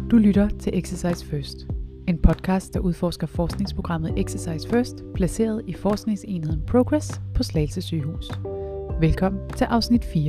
Du lytter til Exercise First, en podcast, der udforsker forskningsprogrammet Exercise First, placeret i forskningsenheden Progress på Slagelse Sygehus. Velkommen til afsnit 4.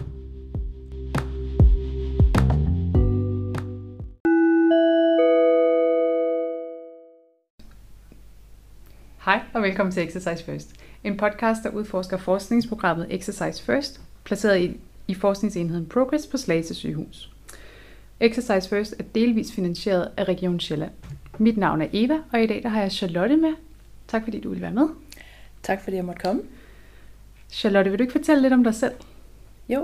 Hej og velkommen til Exercise First, en podcast, der udforsker forskningsprogrammet Exercise First, placeret i forskningsenheden Progress på Slagelse Sygehus. Exercise First er delvis finansieret af Region Sjælland. Mit navn er Eva, og i dag der har jeg Charlotte med. Tak fordi du vil være med. Tak fordi jeg måtte komme. Charlotte, vil du ikke fortælle lidt om dig selv? Jo.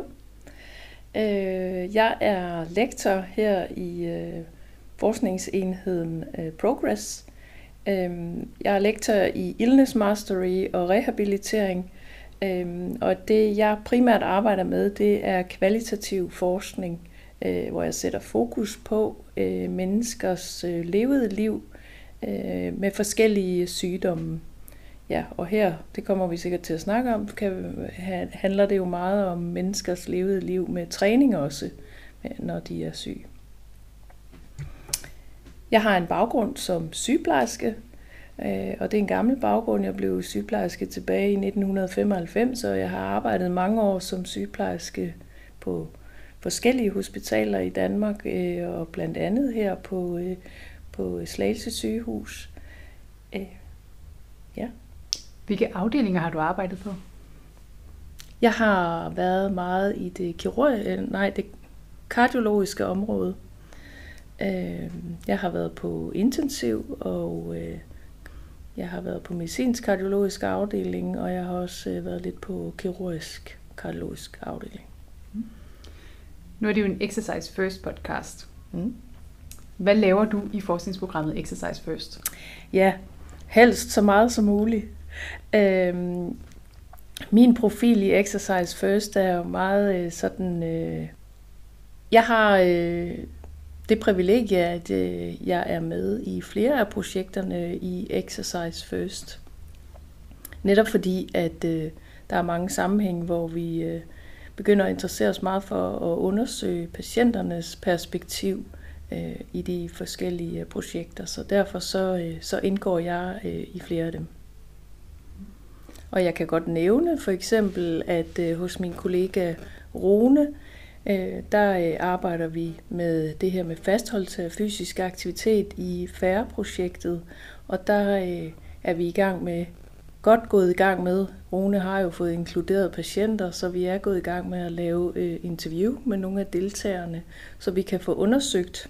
Jeg er lektor her i forskningsenheden Progress. Jeg er lektor i Illness Mastery og rehabilitering. Og det jeg primært arbejder med, det er kvalitativ forskning, hvor jeg sætter fokus på menneskers levede liv med forskellige sygdomme. Ja, og her, det kommer vi sikkert til at snakke om, handler det jo meget om menneskers levede liv med træning også, når de er syge. Jeg har en baggrund som sygeplejerske, og det er en gammel baggrund. Jeg blev sygeplejerske tilbage i 1995, og jeg har arbejdet mange år som sygeplejerske på forskellige hospitaler i Danmark, og blandt andet her på Slagelse Sygehus. Ja. Hvilke afdelinger har du arbejdet på? Jeg har været meget i det kardiologiske område. Jeg har været på intensiv, og jeg har været på medicinsk kardiologisk afdeling, og jeg har også været lidt på kirurgisk kardiologisk afdeling. Nu er det jo en Exercise First podcast. Hvad laver du i forskningsprogrammet Exercise First? Ja, helst så meget som muligt. Min profil i Exercise First er jo meget sådan... Jeg har det privilegie, at jeg er med i flere af projekterne i Exercise First. Netop fordi, at der er mange sammenhænge, hvor vi begynder at interessere os meget for at undersøge patienternes perspektiv i de forskellige projekter. Så derfor så indgår jeg i flere af dem. Og jeg kan godt nævne for eksempel, at hos min kollega Rune, der arbejder vi med det her med fastholdelse af fysisk aktivitet i FAIR-projektet. Og der er vi gået i gang med. Rune har jo fået inkluderet patienter, så vi er gået i gang med at lave interview med nogle af deltagerne, så vi kan få undersøgt,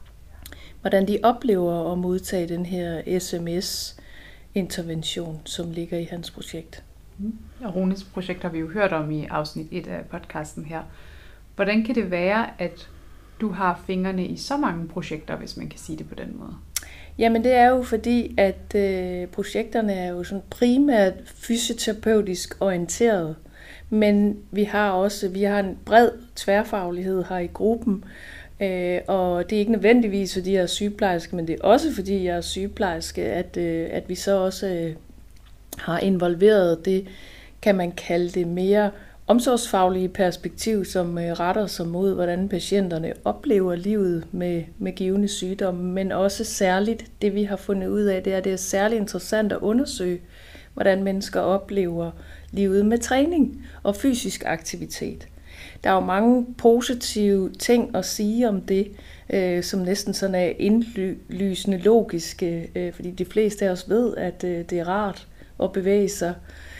hvordan de oplever at modtage den her SMS-intervention, som ligger i hans projekt. Og Runes projekt har vi jo hørt om i afsnit 1 af podcasten her. Hvordan kan det være, at du har fingrene i så mange projekter, hvis man kan sige det på den måde? Jamen det er jo fordi, at projekterne er jo sådan primært fysioterapeutisk orienteret, men vi har en bred tværfaglighed her i gruppen, og det er ikke nødvendigvis fordi jeg er sygeplejerske, men det er også fordi jeg er sygeplejerske, at vi så også har involveret det, kan man kalde det mere omsorgsfaglige perspektiv, som retter sig mod, hvordan patienterne oplever livet med givne sygdomme, men også særligt det, vi har fundet ud af, det er særligt interessant at undersøge, hvordan mennesker oplever livet med træning og fysisk aktivitet. Der er jo mange positive ting at sige om det, som næsten sådan er indlysende logiske, fordi de fleste af os ved, at det er rart at bevæge sig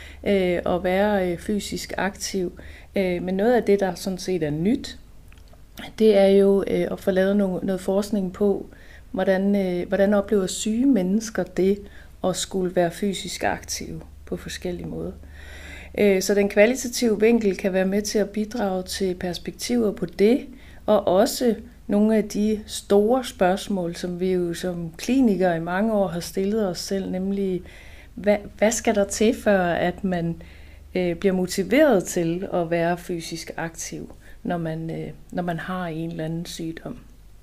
og være fysisk aktiv. Men noget af det, der sådan set er nyt, det er jo at få lavet noget forskning på, hvordan oplever syge mennesker det at skulle være fysisk aktive på forskellige måder. Så den kvalitative vinkel kan være med til at bidrage til perspektiver på det, og også nogle af de store spørgsmål, som vi jo som klinikere i mange år har stillet os selv, nemlig hvad skal der til, for at man bliver motiveret til at være fysisk aktiv, når man har en eller anden sygdom.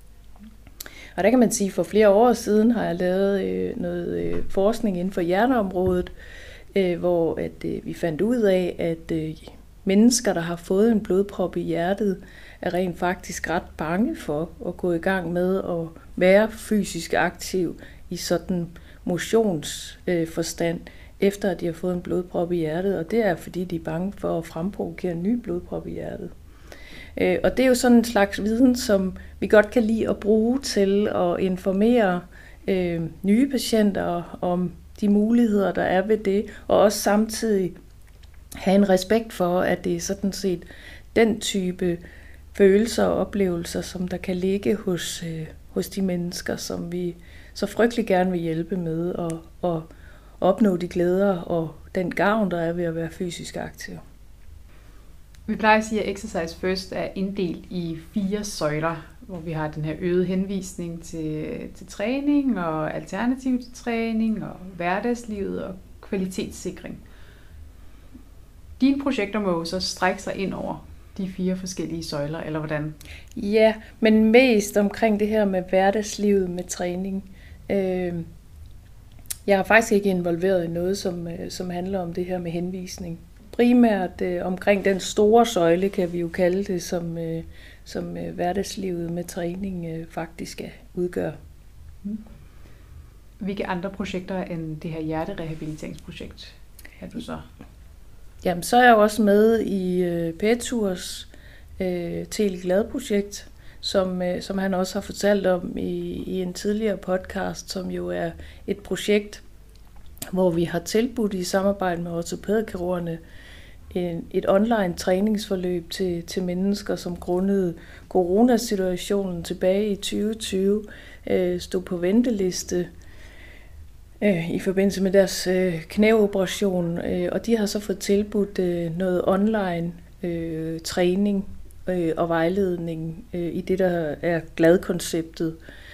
Og der kan man sige, at for flere år siden har jeg lavet noget forskning inden for hjerneområdet, hvor vi fandt ud af, at mennesker, der har fået en blodprop i hjertet, er rent faktisk ret bange for at gå i gang med at være fysisk aktiv i sådan motionsforstand, efter at de har fået en blodprop i hjertet, og det er fordi, de er bange for at fremprovokere en ny blodprop i hjertet. Og det er jo sådan en slags viden, som vi godt kan lide at bruge til at informere nye patienter om de muligheder, der er ved det, og også samtidig have en respekt for, at det er sådan set den type følelser og oplevelser, som der kan ligge hos de mennesker, som vi så frygtelig gerne vil hjælpe med at opnå de glæder og den gavn, der er ved at være fysisk aktiv. Vi plejer at sige, at Exercise First er inddelt i 4 søjler, hvor vi har den her øgede henvisning til træning og alternativ til træning og hverdagslivet og kvalitetssikring. Dine projekter må jo så strække sig ind over de 4 forskellige søjler, eller hvordan? Ja, men mest omkring det her med hverdagslivet med træning. Jeg har faktisk ikke involveret i noget, som handler om det her med henvisning. Primært omkring den store søjle, kan vi jo kalde det, som hverdagslivet med træning faktisk udgør. Hvilke andre projekter end det her hjerterehabiliteringsprojekt er du så? Jamen, så er jeg også med i Peturs Tele Glad-projekt, som han også har fortalt om i en tidligere podcast, som jo er et projekt, hvor vi har tilbudt i samarbejde med ortopædkirurgerne et online træningsforløb til mennesker, som grundet coronasituationen tilbage i 2020 stod på venteliste i forbindelse med deres knæoperation, og de har så fået tilbudt noget online træning og vejledning i det, der er GLAD-konceptet,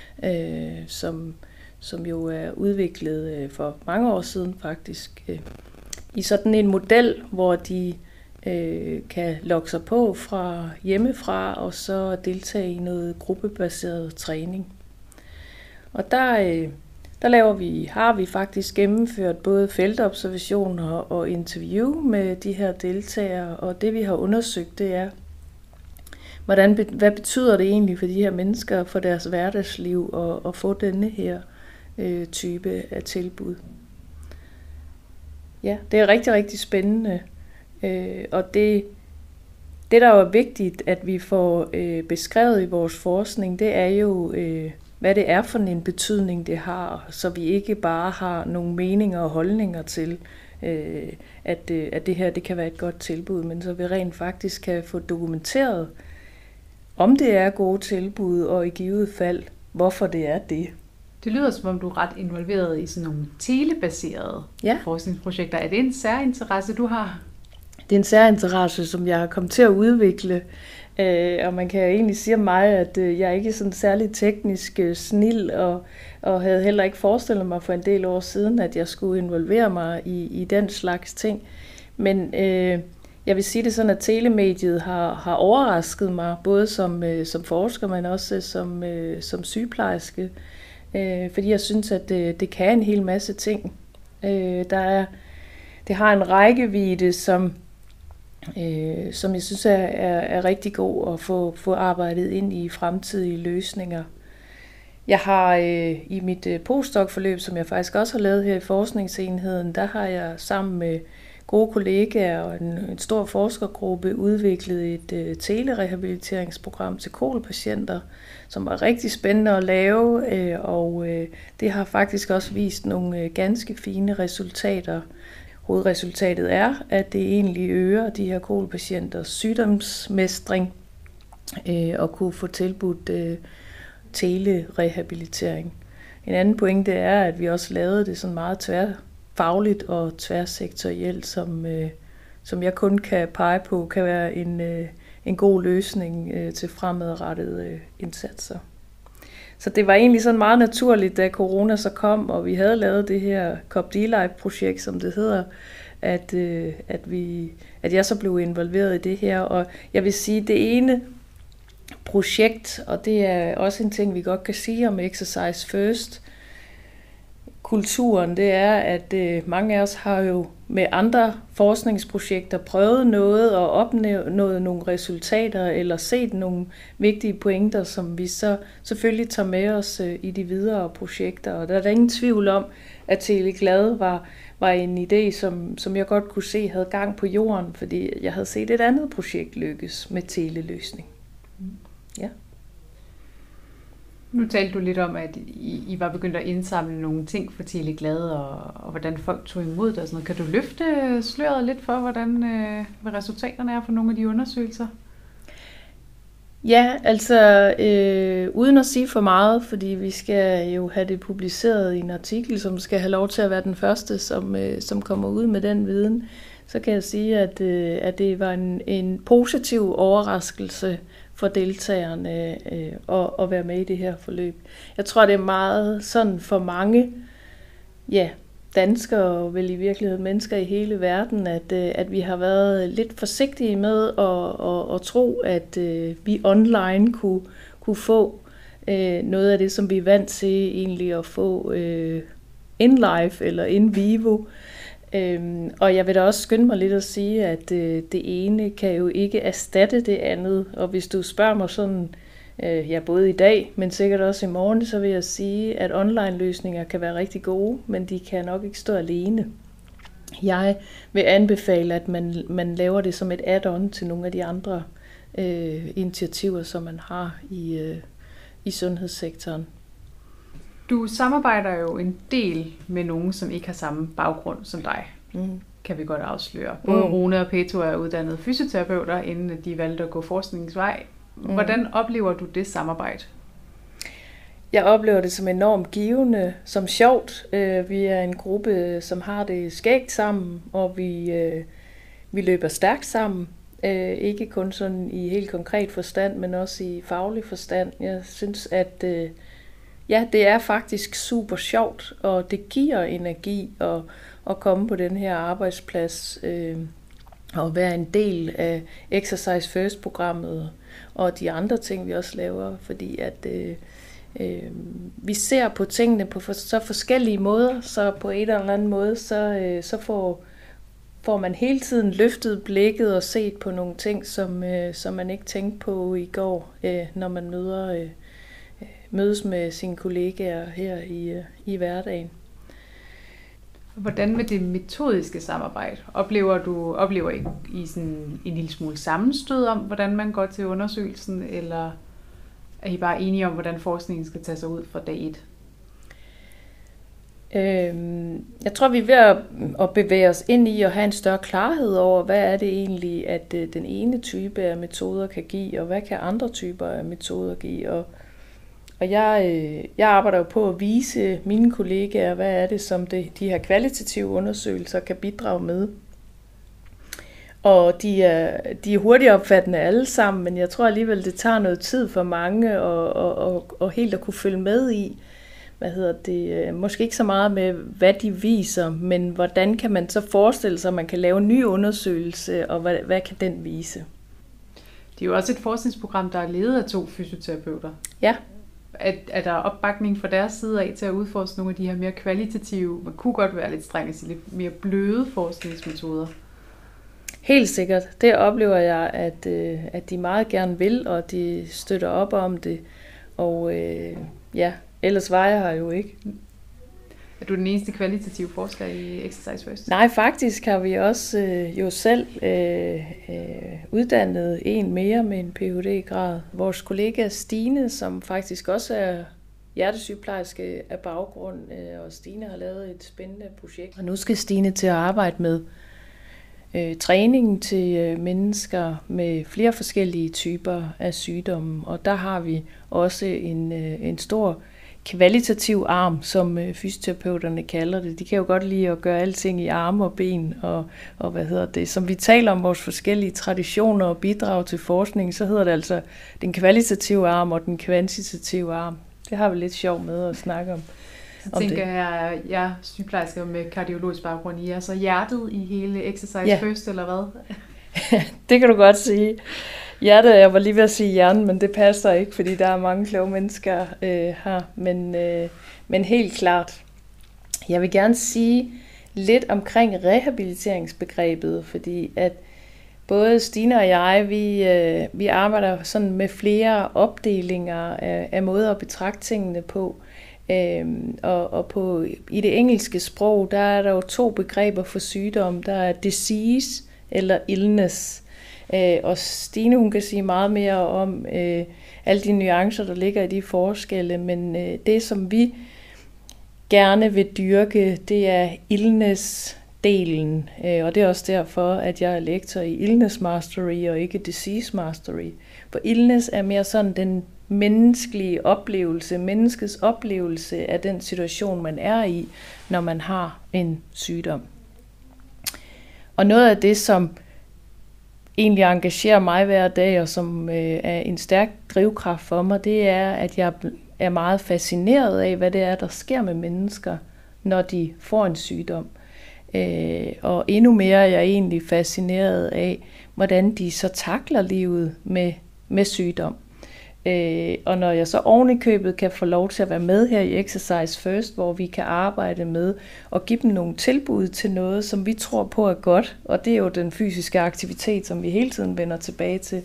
som jo er udviklet for mange år siden faktisk, i sådan en model, hvor de kan logge sig på fra hjemmefra og så deltage i noget gruppebaseret træning. Og der har vi faktisk gennemført både feltobservationer og interview med de her deltagere, og det vi har undersøgt, det er, hvad betyder det egentlig for de her mennesker, for deres hverdagsliv, at få denne her type af tilbud. Ja, det er rigtig, rigtig spændende, og det der er vigtigt, at vi får beskrevet i vores forskning, det er jo, hvad det er for en betydning, det har, så vi ikke bare har nogle meninger og holdninger til, at det her det kan være et godt tilbud, men så vi rent faktisk kan få dokumenteret, om det er gode tilbud, og i givet fald, hvorfor det er det. Det lyder som om, du er ret involveret i sådan nogle telebaserede forskningsprojekter. Er det en særinteresse, du har? Det er en særinteresse, som jeg har kommet til at udvikle. Og man kan jo egentlig sige om mig, at jeg ikke er sådan særlig teknisk snild, og havde heller ikke forestillet mig for en del år siden, at jeg skulle involvere mig i den slags ting. Men jeg vil sige det sådan, at telemediet har overrasket mig, både som forsker, men også som sygeplejerske. Fordi jeg synes, at det kan en hel masse ting. Det har en rækkevidde, som jeg synes er rigtig god at få arbejdet ind i fremtidige løsninger. Jeg har i mit postdoc-forløb, som jeg faktisk også har lavet her i forskningsenheden, der har jeg sammen med gode kollegaer og en stor forskergruppe udviklet et telerehabiliteringsprogram til KOL-patienter, som var rigtig spændende at lave, og det har faktisk også vist nogle ganske fine resultater. Hovedresultatet er, at det egentlig øger de her KOL-patienters sygdomsmestring og kunne få tilbudt telerehabilitering. En anden pointe er, at vi også lavede det sådan meget tværfagligt og tværsektorielt, som jeg kun kan pege på, kan være en god løsning til fremadrettede indsatser. Så det var egentlig sådan meget naturligt, da corona så kom, og vi havde lavet det her COP-D-Live-projekt, som det hedder, at jeg så blev involveret i det her. Og jeg vil sige, det ene projekt, og det er også en ting, vi godt kan sige om Exercise First, kulturen, det er, at mange af os har jo med andre forskningsprojekter prøvet noget og opnået nogle resultater eller set nogle vigtige pointer, som vi så selvfølgelig tager med os i de videre projekter. Og der er der ingen tvivl om, at Teleglad var en idé, som jeg godt kunne se havde gang på jorden, fordi jeg havde set et andet projekt lykkes med teleløsning. Ja. Nu talte du lidt om, at I var begyndt at indsamle nogle ting for Teleglad, og hvordan folk tog imod det og sådan noget. Kan du løfte sløret lidt for, hvad resultaterne er for nogle af de undersøgelser? Ja, altså uden at sige for meget, fordi vi skal jo have det publiceret i en artikel, som skal have lov til at være den første, som kommer ud med den viden, så kan jeg sige, at det var en positiv overraskelse for deltagerne at være med i det her forløb. Jeg tror, det er meget sådan for mange danskere og vel i virkeligheden mennesker i hele verden, at vi har været lidt forsigtige med at tro, at vi online kunne få noget af det, som vi er vant til egentlig at få in live eller in vivo. Og jeg vil da også skynde mig lidt at sige, at det ene kan jo ikke erstatte det andet. Og hvis du spørger mig sådan, både i dag, men sikkert også i morgen, så vil jeg sige, at online-løsninger kan være rigtig gode, men de kan nok ikke stå alene. Jeg vil anbefale, at man laver det som et add-on til nogle af de andre initiativer, som man har i sundhedssektoren. Du samarbejder jo en del med nogen, som ikke har samme baggrund som dig, kan vi godt afsløre. Både Rune og Peto er uddannede fysioterapeuter, inden de valgte at gå forskningsvej. Hvordan oplever du det samarbejde? Jeg oplever det som enormt givende, som sjovt. Vi er en gruppe, som har det skægt sammen, og vi løber stærkt sammen. Ikke kun sådan i helt konkret forstand, men også i faglig forstand. Jeg synes, at det er faktisk super sjovt, og det giver energi at komme på den her arbejdsplads og være en del af Exercise First-programmet og de andre ting, vi også laver, fordi at vi ser på tingene på så forskellige måder, så på en eller anden måde, så får man hele tiden løftet blikket og set på nogle ting, som man ikke tænkte på i går, når man mødes med sine kollegaer her i hverdagen. Hvordan med det metodiske samarbejde? Oplever I sådan en lille smule sammenstød om, hvordan man går til undersøgelsen, eller er I bare enige om, hvordan forskningen skal tage sig ud fra dag 1? Jeg tror, vi er ved at bevæge os ind i at have en større klarhed over, hvad er det egentlig, at den ene type af metoder kan give, og hvad kan andre typer af metoder give. Og jeg arbejder jo på at vise mine kollegaer, hvad er det, som de her kvalitative undersøgelser kan bidrage med. Og de er hurtigt opfattende alle sammen, men jeg tror alligevel, det tager noget tid for mange og helt at kunne følge med i, måske ikke så meget med, hvad de viser, men hvordan kan man så forestille sig, at man kan lave en ny undersøgelse, og hvad kan den vise? Det er jo også et forskningsprogram, der er ledet af 2 fysioterapeuter. Ja. Er der opbakning fra deres side af til at udforske nogle af de her mere kvalitative, man kunne godt være lidt streng at sige, lidt mere bløde forskningsmetoder? Helt sikkert. Det oplever jeg, at de meget gerne vil, og de støtter op om det. Og ellers var jeg her jo ikke. Er du den eneste kvalitative forsker i Exercise First? Nej, faktisk har vi også jo selv uddannet en mere med en Ph.D.-grad. Vores kollega Stine, som faktisk også er hjertesygeplejerske af baggrund, og Stine har lavet et spændende projekt. Og nu skal Stine til at arbejde med træning til mennesker med flere forskellige typer af sygdomme. Og der har vi også en stor kvalitativ arm, som fysioterapeuterne kalder det. De kan jo godt lide at gøre alting i arme og ben, og som vi taler om vores forskellige traditioner og bidrag til forskning, så hedder det altså den kvalitative arm og den kvantitative arm. Det har vi lidt sjov med at snakke om. Så tænker jeg er sygeplejersker med kardiologisk baggrund, I er så hjertet i hele Exercise First, eller hvad? Det kan du godt sige. Hjertet, jeg var lige ved at sige hjernen, men det passer ikke, fordi der er mange kloge mennesker her. Men helt klart, jeg vil gerne sige, lidt omkring rehabiliteringsbegrebet, fordi at både Stine og jeg, vi arbejder sådan med flere opdelinger af måder at betragte tingene på. Og i det engelske sprog, der er der jo 2 begreber for sygdom. Der er disease eller illness. Og Stine, hun kan sige meget mere om alle de nuancer, der ligger i de forskelle. Men det, som vi gerne vil dyrke, det er illness-delen. Og det er også derfor, at jeg er lektor i illness mastery og ikke disease mastery. For illness er mere sådan den menneskelige oplevelse, menneskets oplevelse af den situation, man er i, når man har en sygdom. Og noget af det, som egentlig engagerer mig hver dag, og som er en stærk drivkraft for mig, det er, at jeg er meget fascineret af, hvad det er, der sker med mennesker, når de får en sygdom. Og endnu mere er jeg egentlig fascineret af, hvordan de så takler livet med sygdom. Og når jeg så oven i købet kan få lov til at være med her i Exercise First, hvor vi kan arbejde med og give dem nogle tilbud til noget, som vi tror på er godt, og det er jo den fysiske aktivitet, som vi hele tiden vender tilbage til,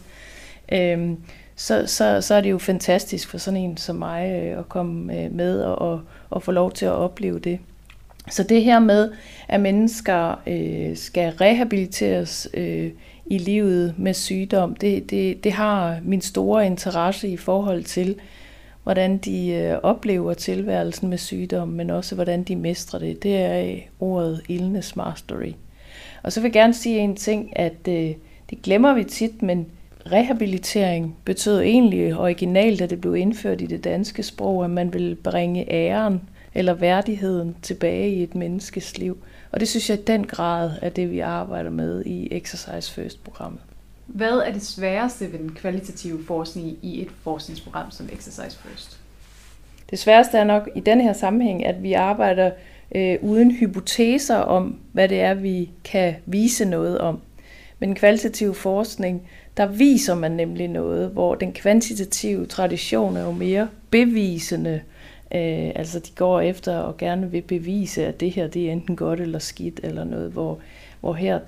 så er det jo fantastisk for sådan en som mig at komme med og få lov til at opleve det. Så det her med, at mennesker skal rehabiliteres i livet med sygdom, det har min store interesse i forhold til, hvordan de oplever tilværelsen med sygdom, men også hvordan de mestrer det. Det er ordet illness mastery. Og så vil jeg gerne sige en ting, at det glemmer vi tit, men rehabilitering betød egentlig originalt, at det blev indført i det danske sprog, at man vil bringe æren eller værdigheden tilbage i et menneskes liv. Og det synes jeg i den grad er det, vi arbejder med i Exercise First-programmet. Hvad er det sværeste ved den kvalitative forskning i et forskningsprogram som Exercise First? Det sværeste er nok i den her sammenhæng, at vi arbejder uden hypoteser om, hvad det er, vi kan vise noget om. Med den kvalitative forskning, der viser man nemlig noget, hvor den kvantitative tradition er jo mere bevisende. Altså de går efter og gerne vil bevise, at det her det er enten godt eller skidt eller noget, hvor her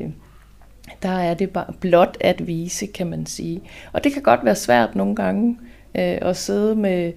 der er det bare blot at vise, kan man sige. Og det kan godt være svært nogle gange at sidde med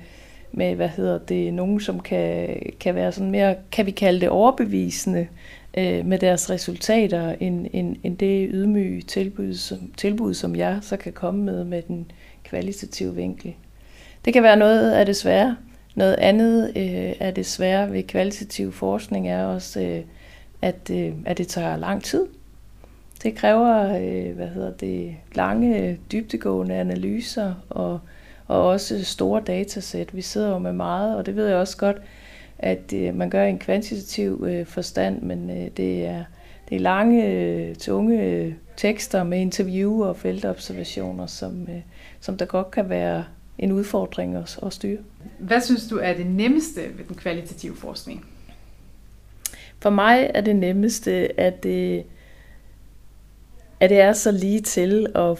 nogen, som kan være sådan mere, kan vi kalde det overbevisende med deres resultater, end det ydmyge tilbud, som jeg så kan komme med den kvalitative vinkel. Det kan være noget af det svære. Noget andet af det svære ved kvalitativ forskning er også, at det tager lang tid. Det kræver lange, dybdegående analyser og også store datasæt. Vi sidder jo med meget, og det ved jeg også godt, at man gør i en kvantitativ forstand, men det er lange, tunge tekster med interview og feltobservationer, som der godt kan være en udfordring at styre. Hvad synes du er det nemmeste ved den kvalitative forskning? For mig er det nemmeste, at det er så lige til at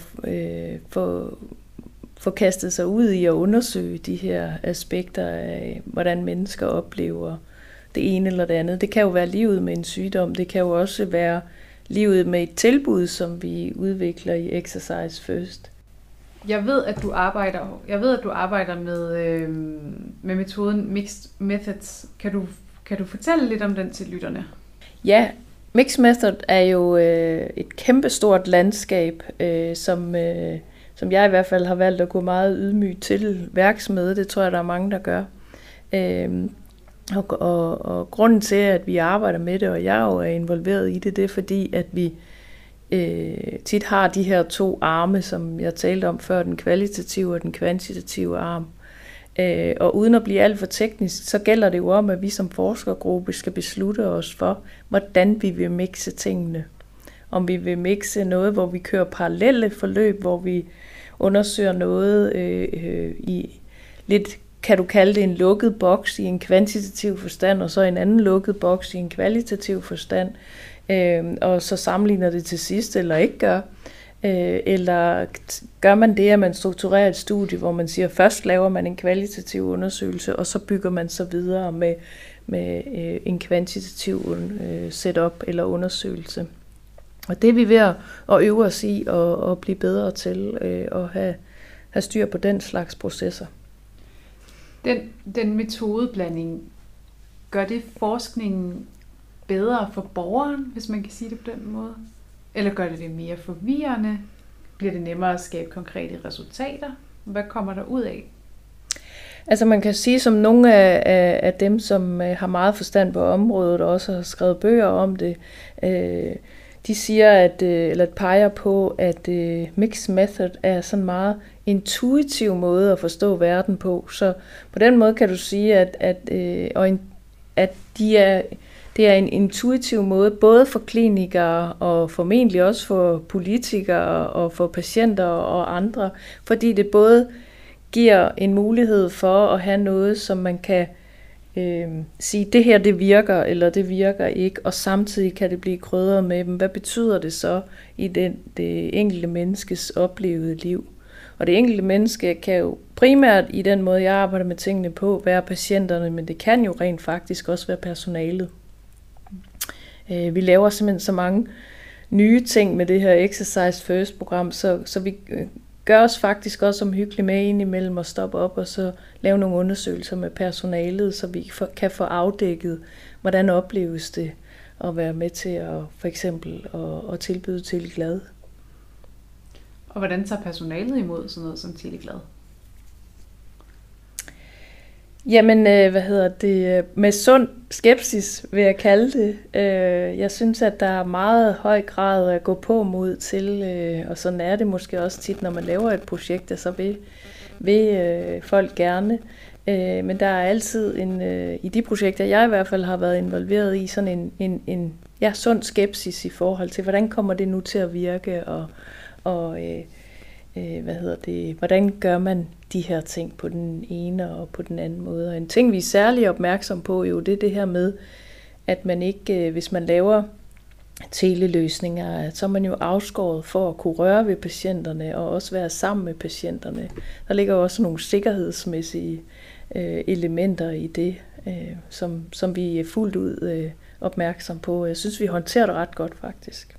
få kastet sig ud i at undersøge de her aspekter af, hvordan mennesker oplever det ene eller det andet. Det kan jo være livet med en sygdom, det kan jo også være livet med et tilbud, som vi udvikler i Exercise First. Jeg ved, at du arbejder med metoden Mixed Methods. Kan du fortælle lidt om den til lytterne? Ja, Mixed Method er jo et kæmpestort landskab, som jeg i hvert fald har valgt at gå meget ydmygt til værks med. Det tror jeg, der er mange, der gør. Og grunden til, at vi arbejder med det, og jeg jo er involveret i det, det er fordi, at vi tit har de her 2 arme, som jeg talte om før, den kvalitative og den kvantitative arm. Og uden at blive alt for teknisk, så gælder det jo om, at vi som forskergruppe skal beslutte os for, hvordan vi vil mixe tingene. Om vi vil mixe noget, hvor vi kører parallelle forløb, hvor vi undersøger noget i lidt, kan du kalde det en lukket boks i en kvantitativ forstand, og så en anden lukket boks i en kvalitativ forstand, og så sammenligner det til sidst, eller ikke gør. Eller gør man det, at man strukturerer et studie, hvor man siger, at først laver man en kvalitativ undersøgelse, og så bygger man så videre med en kvantitativ setup eller undersøgelse. Og det er vi ved at øve os i og blive bedre til at have styr på den slags processer. Den metodeblanding, gør det forskningen bedre for borgeren, hvis man kan sige det på den måde? Eller gør det mere forvirrende? Bliver det nemmere at skabe konkrete resultater? Hvad kommer der ud af? Altså man kan sige, som nogle af dem, som har meget forstand på området og også har skrevet bøger om det, de siger, eller peger på, at mixed method er sådan en meget intuitiv måde at forstå verden på. Så på den måde kan du sige, at det er en intuitiv måde, både for klinikere og formentlig også for politikere og for patienter og andre, fordi det både giver en mulighed for at have noget, som man kan sige, det her det virker, eller det virker ikke, og samtidig kan det blive krydret med dem. Hvad betyder det så i det enkelte menneskes oplevede liv? Og det enkelte menneske kan jo primært i den måde, jeg arbejder med tingene på, være patienterne, men det kan jo rent faktisk også være personalet. Vi laver simpelthen så mange nye ting med det her Exercise First-program, så vi gør os faktisk også omhyggeligt med indimellem at stoppe op og så lave nogle undersøgelser med personalet, så vi kan få afdækket, hvordan opleves det at være med til at for eksempel at tilbyde Teleglad. Og hvordan tager personalet imod sådan noget som Teleglad? Jamen, med sund skepsis vil jeg kalde det. Jeg synes, at der er meget høj grad at gå på mod til, og sådan er det måske også tit, når man laver et projekt, så vil folk gerne. Men der er altid i de projekter, jeg i hvert fald har været involveret i, sådan en sund skepsis i forhold til, hvordan kommer det nu til at virke, og hvordan gør man de her ting på den ene og på den anden måde. Og en ting, vi er særlig opmærksom på, jo, det er det her med, at man ikke, hvis man laver teleløsninger, så er man jo afskåret for at kunne røre ved patienterne og også være sammen med patienterne. Der ligger også nogle sikkerhedsmæssige elementer i det, som vi er fuldt ud opmærksom på. Jeg synes, vi håndterer det ret godt faktisk.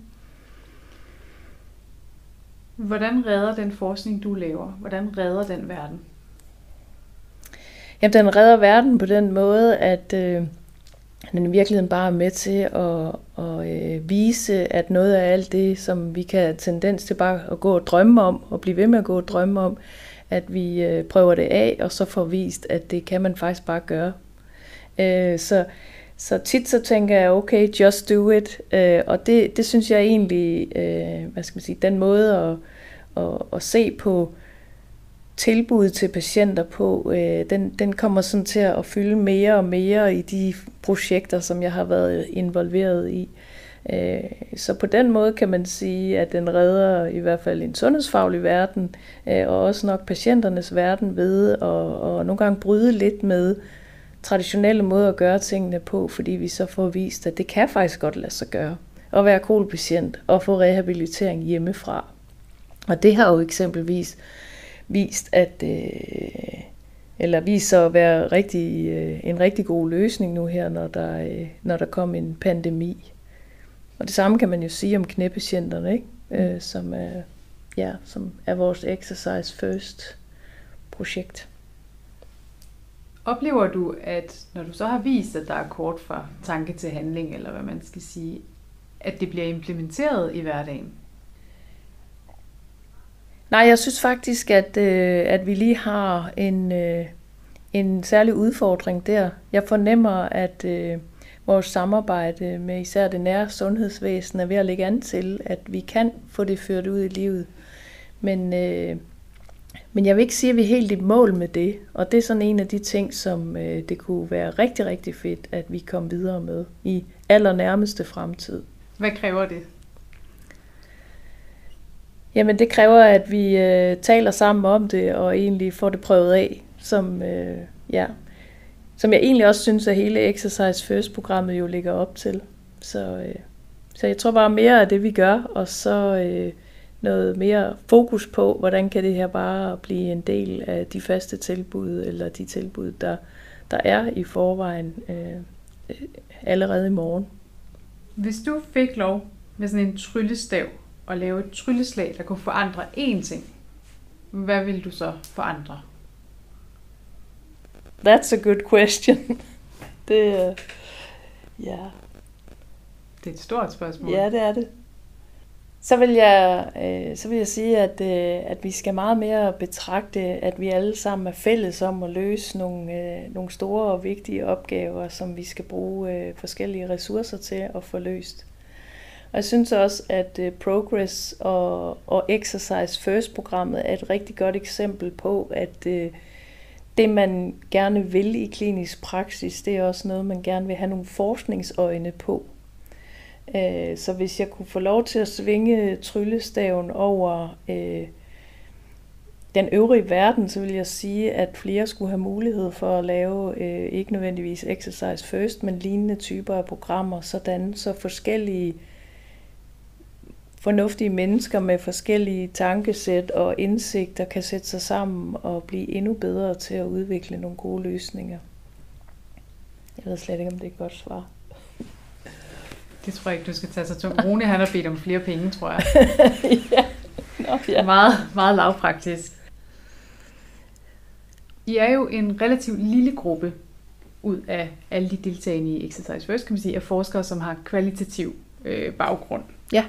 Hvordan redder den forskning, du laver? Hvordan redder den verden? Jamen, den redder verden på den måde, at den i virkeligheden bare er med til at vise, at noget af alt det, som vi kan have tendens til bare at gå og drømme om, og blive ved med at gå og drømme om, at vi prøver det af, og så får vist, at det kan man faktisk bare gøre. Så tit så tænker jeg, okay, just do it. Og det synes jeg egentlig, den måde at se på tilbuddet til patienter på, den kommer sådan til at fylde mere og mere i de projekter, som jeg har været involveret i. Så på den måde kan man sige, at den redder i hvert fald en sundhedsfaglig verden, og også nok patienternes verden ved at nogle gange bryde lidt med traditionelle måder at gøre tingene på, fordi vi så får vist, at det kan faktisk godt lade sig gøre at være kolpatient og få rehabilitering hjemmefra. Og det har jo eksempelvis vist at viser at være en rigtig god løsning nu her, når der kom en pandemi. Og det samme kan man jo sige om knæpatienterne, ikke? Som er vores Exercise First projekt. Oplever du, at når du så har vist, at der er kort fra tanke til handling, eller hvad man skal sige, at det bliver implementeret i hverdagen? Nej, jeg synes faktisk, at vi lige har en særlig udfordring der. Jeg fornemmer, at vores samarbejde med især det nære sundhedsvæsen er ved at lægge an til, at vi kan få det ført ud i livet. Men jeg vil ikke sige, at vi er helt i mål med det, og det er sådan en af de ting, som det kunne være rigtig, rigtig fedt, at vi kom videre med i allernærmeste fremtid. Hvad kræver det? Jamen det kræver, at vi taler sammen om det, og egentlig får det prøvet af, som jeg egentlig også synes, at hele Exercise First-programmet jo ligger op til. Så jeg tror bare mere af det, vi gør, og så noget mere fokus på, hvordan kan det her bare blive en del af de faste tilbud, eller de tilbud, der er i forvejen allerede i morgen. Hvis du fik lov med sådan en tryllestav at lave et trylleslag, der kunne forandre én ting, hvad vil du så forandre? That's a good question. Det er et stort spørgsmål. Ja, det er det. Så vil jeg sige, at vi skal meget mere betragte, at vi alle sammen er fælles om at løse nogle store og vigtige opgaver, som vi skal bruge forskellige ressourcer til at få løst. Og jeg synes også, at Progress og Exercise First-programmet er et rigtig godt eksempel på, at det, man gerne vil i klinisk praksis, det er også noget, man gerne vil have nogle forskningsøjne på. Så hvis jeg kunne få lov til at svinge tryllestaven over den øvrige verden, så vil jeg sige, at flere skulle have mulighed for at lave ikke nødvendigvis Exercise First, men lignende typer af programmer, sådan så forskellige fornuftige mennesker med forskellige tankesæt og indsigter kan sætte sig sammen og blive endnu bedre til at udvikle nogle gode løsninger. Jeg ved slet ikke, om det er et godt svar. Det tror jeg ikke, du skal tage så tungt. Rune, han har bedt om flere penge, tror jeg. Ja. Nå, ja. Meget, meget lavpraktisk. I er jo en relativt lille gruppe ud af alle de deltagende i Exercise First, kan man sige, af forskere, som har kvalitativ baggrund. Ja.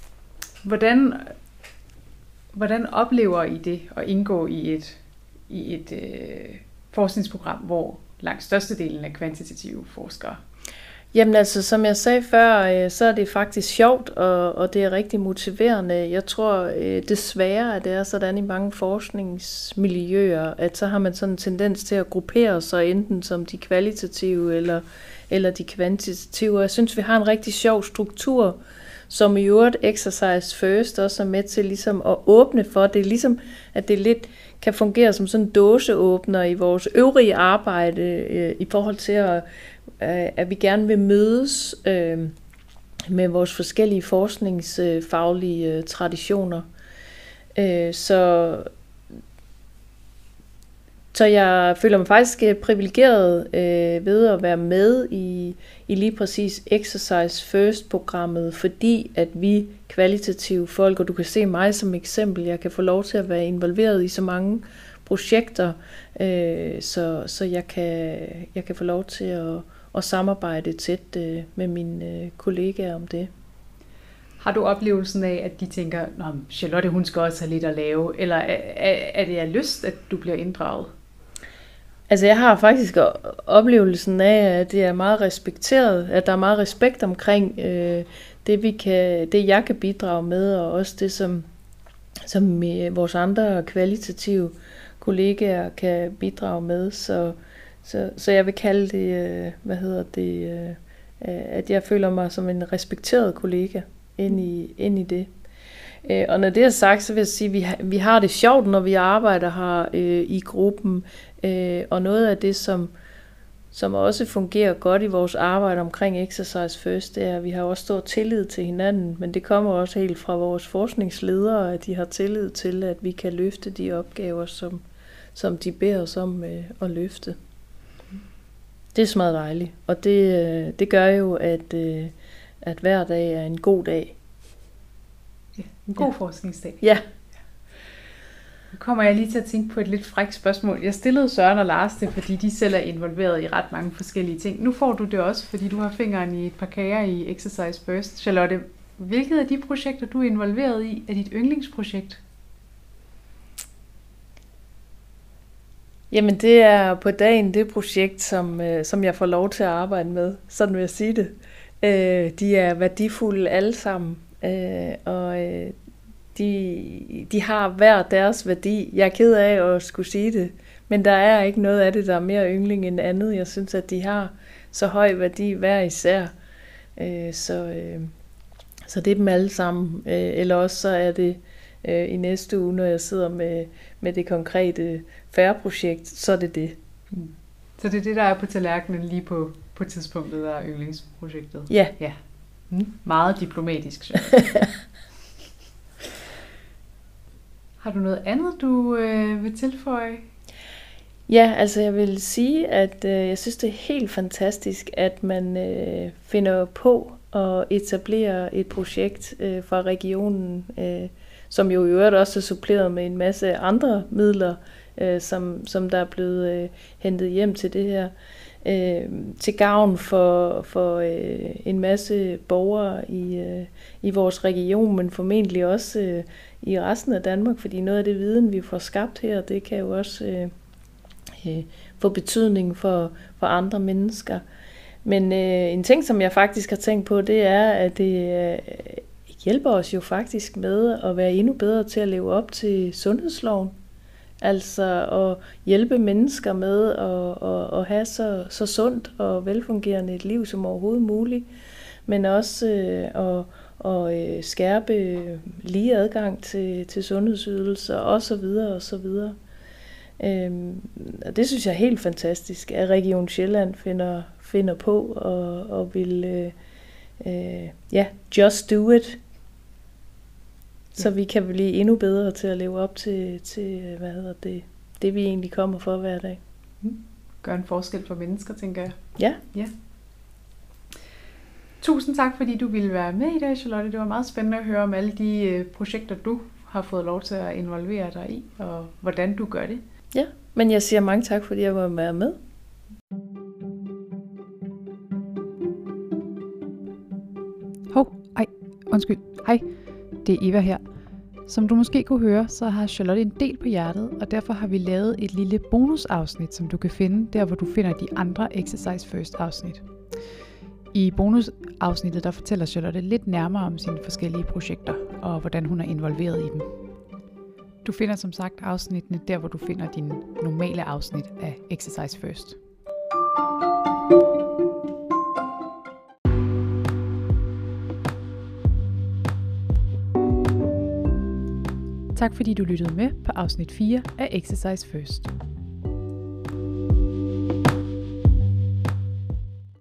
Hvordan oplever I det at indgå i et forskningsprogram, hvor langt størstedelen er kvantitative forskere? Jamen altså, som jeg sagde før, så er det faktisk sjovt, og det er rigtig motiverende. Jeg tror desværre, at det er sådan i mange forskningsmiljøer, at så har man sådan en tendens til at gruppere sig enten som de kvalitative eller de kvantitative. Jeg synes, vi har en rigtig sjov struktur, som i øvrigt Exercise First også er med til ligesom at åbne for. Det er ligesom, at det lidt kan fungere som sådan en dåseåbner i vores øvrige arbejde i forhold til at vi gerne vil mødes med vores forskellige forskningsfaglige traditioner. Så jeg føler mig faktisk privilegeret ved at være med i lige præcis Exercise First-programmet, fordi at vi kvalitative folk, og du kan se mig som eksempel, jeg kan få lov til at være involveret i så mange projekter, så jeg kan få lov til at samarbejde tæt med mine kollegaer om det. Har du oplevelsen af, at de tænker, nå, Charlotte, hun skal også have lidt at lave, eller er det af lyst, at du bliver inddraget? Altså jeg har faktisk oplevelsen af, at det er meget respekteret, at der er meget respekt omkring det jeg kan bidrage med, og også det, som vores andre kvalitative kollegaer kan bidrage med. Så jeg vil kalde det, at jeg føler mig som en respekteret kollega ind i det. Og når det er sagt, så vil jeg sige, at vi har det sjovt, når vi arbejder her i gruppen. Og noget af det, som også fungerer godt i vores arbejde omkring Exercise First, det er, at vi har også stor tillid til hinanden. Men det kommer også helt fra vores forskningsledere, at de har tillid til, at vi kan løfte de opgaver, som de beder os om at løfte. Det er smadret dejligt, og det gør jo, at hver dag er en god dag. Ja, en god forskningsdag. Ja. Nu kommer jeg lige til at tænke på et lidt frækt spørgsmål. Jeg stillede Søren og Lars det, fordi de selv er involveret i ret mange forskellige ting. Nu får du det også, fordi du har fingeren i et par kager i Exercise First. Charlotte, hvilket af de projekter, du er involveret i, er dit yndlingsprojekt? Jamen det er på dagen det projekt, som jeg får lov til at arbejde med. Sådan vil jeg sige det. De er værdifulde alle sammen, og de har hver deres værdi. Jeg er ked af at skulle sige det, men der er ikke noget af det, der er mere yndling end andet. Jeg synes, at de har så høj værdi hver især. Så det er dem alle sammen. Eller også så er det i næste uge, når jeg sidder med det konkrete FAIR-projekt, så er det det. Så det er det, der er på tallerkenen lige på tidspunktet, der er yndlingsprojektet? Ja. Ja. Meget diplomatisk. Har du noget andet, du vil tilføje? Ja, altså jeg vil sige, at jeg synes, det er helt fantastisk, at man finder på at etablere et projekt fra regionen, som jo i øvrigt også er suppleret med en masse andre midler, som der er blevet hentet hjem til det her, til gavn for en masse borgere i vores region, men formentlig også i resten af Danmark, fordi noget af det viden, vi får skabt her, det kan jo også få betydning for andre mennesker. Men en ting, som jeg faktisk har tænkt på, det er, at det hjælper os jo faktisk med at være endnu bedre til at leve op til sundhedsloven. Altså at hjælpe mennesker med at have så sundt og velfungerende et liv som overhovedet muligt, men også at skærpe lige adgang til sundhedsydelser osv. osv. Og det synes jeg er helt fantastisk, at Region Sjælland finder på og vil just do it, så vi kan blive endnu bedre til at leve op til det vi egentlig kommer for hver dag. Gør en forskel for mennesker, tænker jeg. Ja. Tusind tak, fordi du ville være med i dag, Charlotte. Det var meget spændende at høre om alle de projekter, du har fået lov til at involvere dig i, og hvordan du gør det. Ja, men jeg siger mange tak, fordi jeg var med. Undskyld. Hej, det er Eva her. Som du måske kunne høre, så har Charlotte en del på hjertet, og derfor har vi lavet et lille bonusafsnit, som du kan finde der, hvor du finder de andre Exercise First afsnit. I bonusafsnittet, der fortæller Charlotte lidt nærmere om sine forskellige projekter, og hvordan hun er involveret i dem. Du finder som sagt afsnittene der, hvor du finder dine normale afsnit af Exercise First. Tak fordi du lyttede med på afsnit 4 af Exercise First.